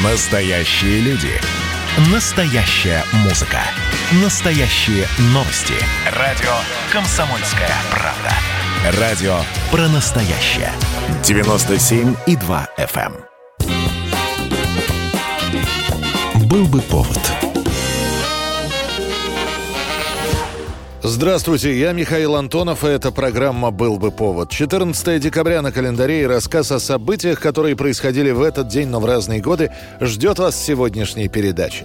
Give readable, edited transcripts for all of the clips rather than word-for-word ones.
Настоящие люди. Настоящая музыка. Настоящие новости. Радио «Комсомольская правда». Радио про настоящее. 97,2 FM. Был бы повод. Здравствуйте, я Михаил Антонов, и эта программа «Был бы повод». 14 декабря на календаре, и рассказ о событиях, которые происходили в этот день, но в разные годы, ждет вас в сегодняшней передаче.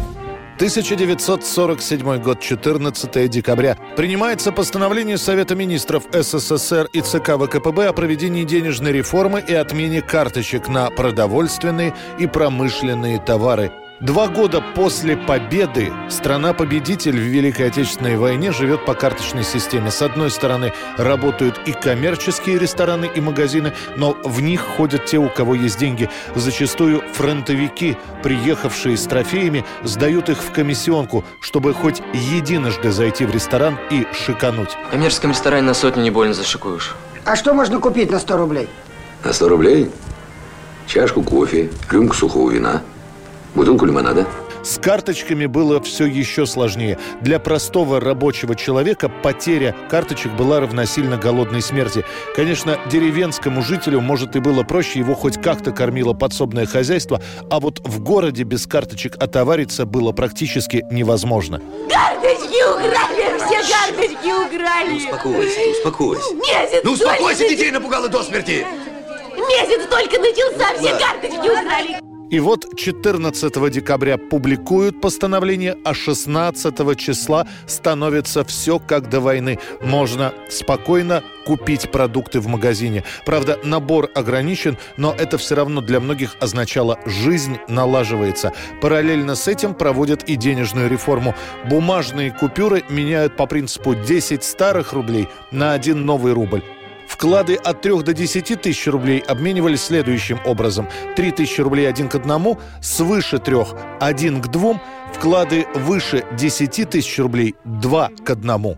1947 год, 14 декабря. Принимается постановление Совета министров СССР и ЦК ВКПБ о проведении денежной реформы и отмене карточек на продовольственные и промышленные товары. 2 года после победы страна-победитель в Великой Отечественной войне живет по карточной системе. С одной стороны, работают и коммерческие рестораны и магазины, но в них ходят те, у кого есть деньги. Зачастую фронтовики, приехавшие с трофеями, сдают их в комиссионку, чтобы хоть единожды зайти в ресторан и шикануть. В коммерческом ресторане на сотню не больно зашикуешь. А что можно купить на 100 рублей? На 100 рублей? Чашку кофе, рюмку сухого вина, бутылку лимонада. С карточками было все еще сложнее. Для простого рабочего человека потеря карточек была равносильна голодной смерти. Конечно, деревенскому жителю, может, и было проще, его хоть как-то кормило подсобное хозяйство, а вот в городе без карточек отовариться было практически невозможно. Карточки украли! Все карточки украли! Успокойся. Месяц успокойся, детей напугала до смерти! Месяц только начался, все карточки украли! И вот 14 декабря публикуют постановление, а 16 числа становится все как до войны. Можно спокойно купить продукты в магазине. Правда, набор ограничен, но это все равно для многих означало: жизнь налаживается. Параллельно с этим проводят и денежную реформу. Бумажные купюры меняют по принципу 10 старых рублей на 1 новый рубль. Вклады от 3 до 10 тысяч рублей обменивались следующим образом. 3 тысячи рублей 1 к 1, свыше 3 – 1 к 2, вклады выше 10 тысяч рублей 2 к 1.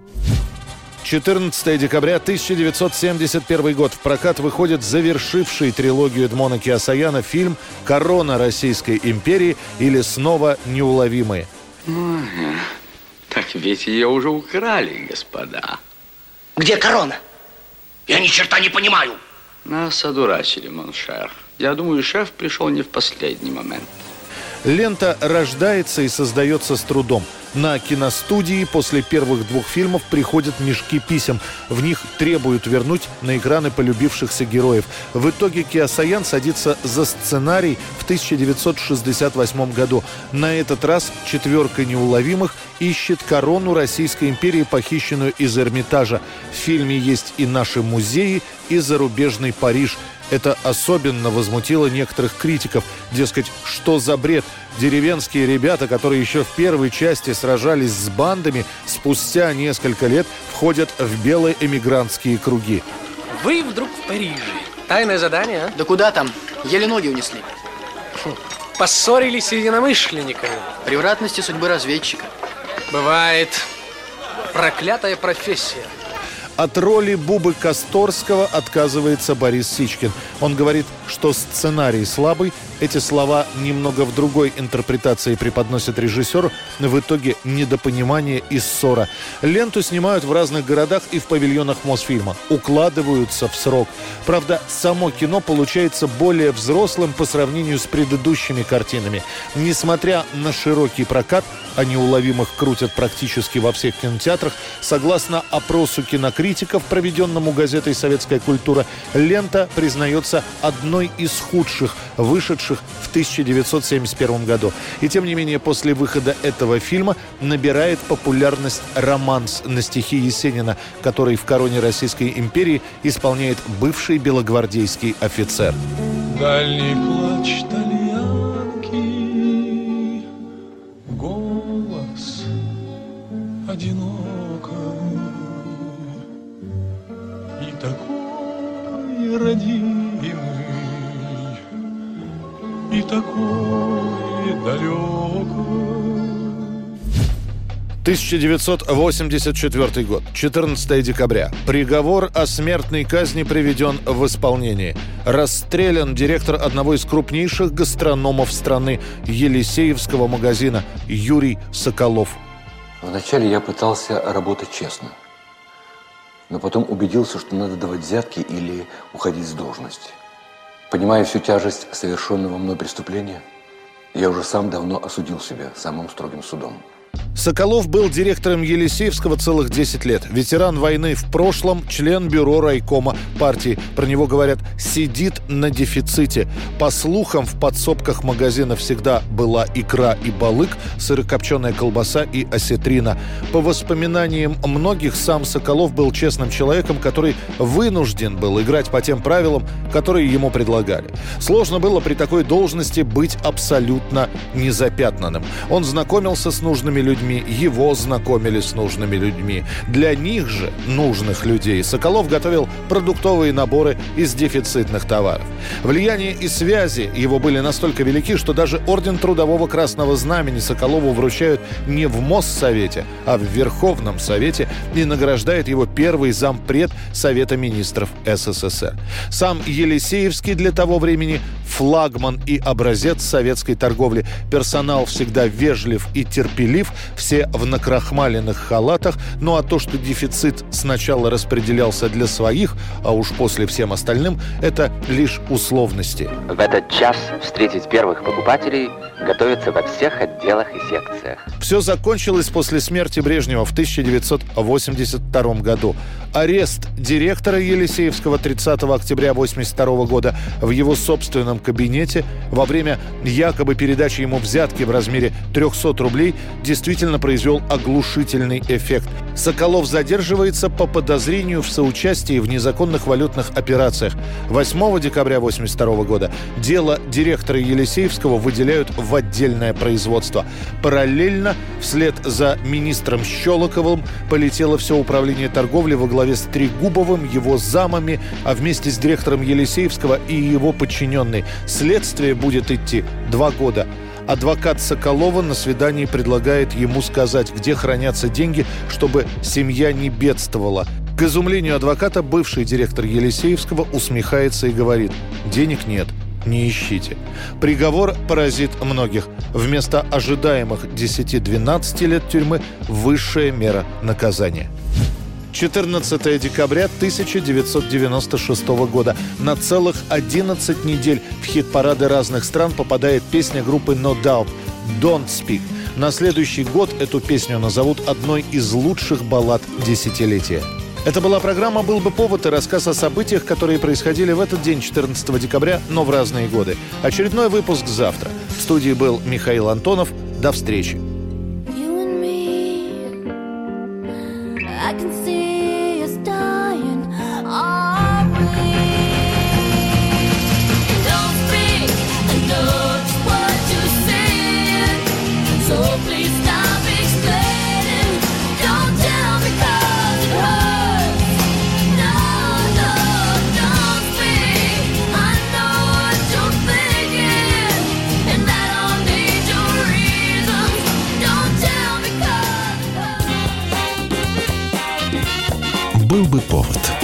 14 декабря 1971 год. В прокат выходит завершивший трилогию Эдмона Кеосаяна фильм «Корона Российской империи» или «Снова неуловимые». Так ведь ее уже украли, господа. Где корона? Я ни черта не понимаю. Нас одурачили, моншер. Я думаю, шеф пришел не в последний момент. Лента рождается и создается с трудом. На киностудии после первых 2 фильмов приходят мешки писем. В них требуют вернуть на экраны полюбившихся героев. В итоге Кеосаян садится за сценарий в 1968 году. На этот раз 4 неуловимых ищет корону Российской империи, похищенную из Эрмитажа. В фильме есть и наши музеи, и зарубежный Париж. Это особенно возмутило некоторых критиков. Дескать, что за бред? Деревенские ребята, которые еще в первой части сражались с бандами, спустя несколько лет входят в белые эмигрантские круги. Вы вдруг в Париже. Тайное задание, а? Да куда там? Еле ноги унесли. Поссорились с единомышленниками. Превратности судьбы разведчика. Бывает. Проклятая профессия. От роли Бубы Косторского отказывается Борис Сичкин. Он говорит, что сценарий слабый. Эти слова немного в другой интерпретации преподносит режиссер. В итоге недопонимание и ссора. Ленту снимают в разных городах и в павильонах Мосфильма. Укладываются в срок. Правда, само кино получается более взрослым по сравнению с предыдущими картинами. Несмотря на широкий прокат, а неуловимых крутят практически во всех кинотеатрах, согласно опросу кинокритиков, проведенному газетой «Советская культура», лента признается одной из худших, вышедших в 1971 году. И тем не менее, после выхода этого фильма набирает популярность романс на стихи Есенина, который в «Короне Российской империи» исполняет бывший белогвардейский офицер. Дальний плач тальянки, голос одинокий, и такой родимый, и такой далекий. 1984 год, 14 декабря. Приговор о смертной казни приведен в исполнение. Расстрелян директор одного из крупнейших гастрономов страны, Елисеевского магазина, Юрий Соколов. Вначале я пытался работать честно, но потом убедился, что надо давать взятки или уходить с должности. Понимая всю тяжесть совершенного мной преступления, я уже сам давно осудил себя самым строгим судом. Соколов был директором Елисеевского целых 10 лет. Ветеран войны в прошлом, член бюро райкома партии. Про него говорят «сидит на дефиците». По слухам, в подсобках магазина всегда была икра и балык, сырокопченая колбаса и осетрина. По воспоминаниям многих, сам Соколов был честным человеком, который вынужден был играть по тем правилам, которые ему предлагали. Сложно было при такой должности быть абсолютно незапятнанным. Он знакомился с нужными людьми, его знакомили с нужными людьми. Для них же, нужных людей, Соколов готовил продуктовые наборы из дефицитных товаров. Влияние и связи его были настолько велики, что даже орден Трудового Красного Знамени Соколову вручают не в Моссовете, а в Верховном Совете, и награждает его первый зампред Совета министров СССР. Сам Елисеевский для того времени флагман и образец советской торговли. Персонал всегда вежлив и терпелив, все в накрахмаленных халатах. Ну а то, что дефицит сначала распределялся для своих, а уж после всем остальным, это лишь условности. В этот час встретить первых покупателей готовятся во всех отделах и секциях. Все закончилось после смерти Брежнева в 1982 году. Арест директора Елисеевского 30 октября 1982 года в его собственном кабинете во время якобы передачи ему взятки в размере 300 рублей действительно произвел оглушительный эффект. Соколов задерживается по подозрению в соучастии в незаконных валютных операциях. 8 декабря 1982 года дело директора Елисеевского выделяют в отдельное производство. Параллельно, вслед за министром Щелоковым, полетело все управление торговли во главе с Трегубовым, его замами, а вместе с директором Елисеевского и его подчиненный. Следствие будет идти 2 года. Адвокат Соколова на свидании предлагает ему сказать, где хранятся деньги, чтобы семья не бедствовала. К изумлению адвоката бывший директор Елисеевского усмехается и говорит: «Денег нет, не ищите». Приговор поразит многих. Вместо ожидаемых 10-12 лет тюрьмы высшая мера наказания. 14 декабря 1996 года. На целых 11 недель в хит-парады разных стран попадает песня группы No Doubt «Don't Speak». На следующий год эту песню назовут одной из лучших баллад десятилетия. Это была программа «Был бы повод» и рассказ о событиях, которые происходили в этот день, 14 декабря, но в разные годы. Очередной выпуск завтра. В студии был Михаил Антонов. До встречи. «Был бы повод».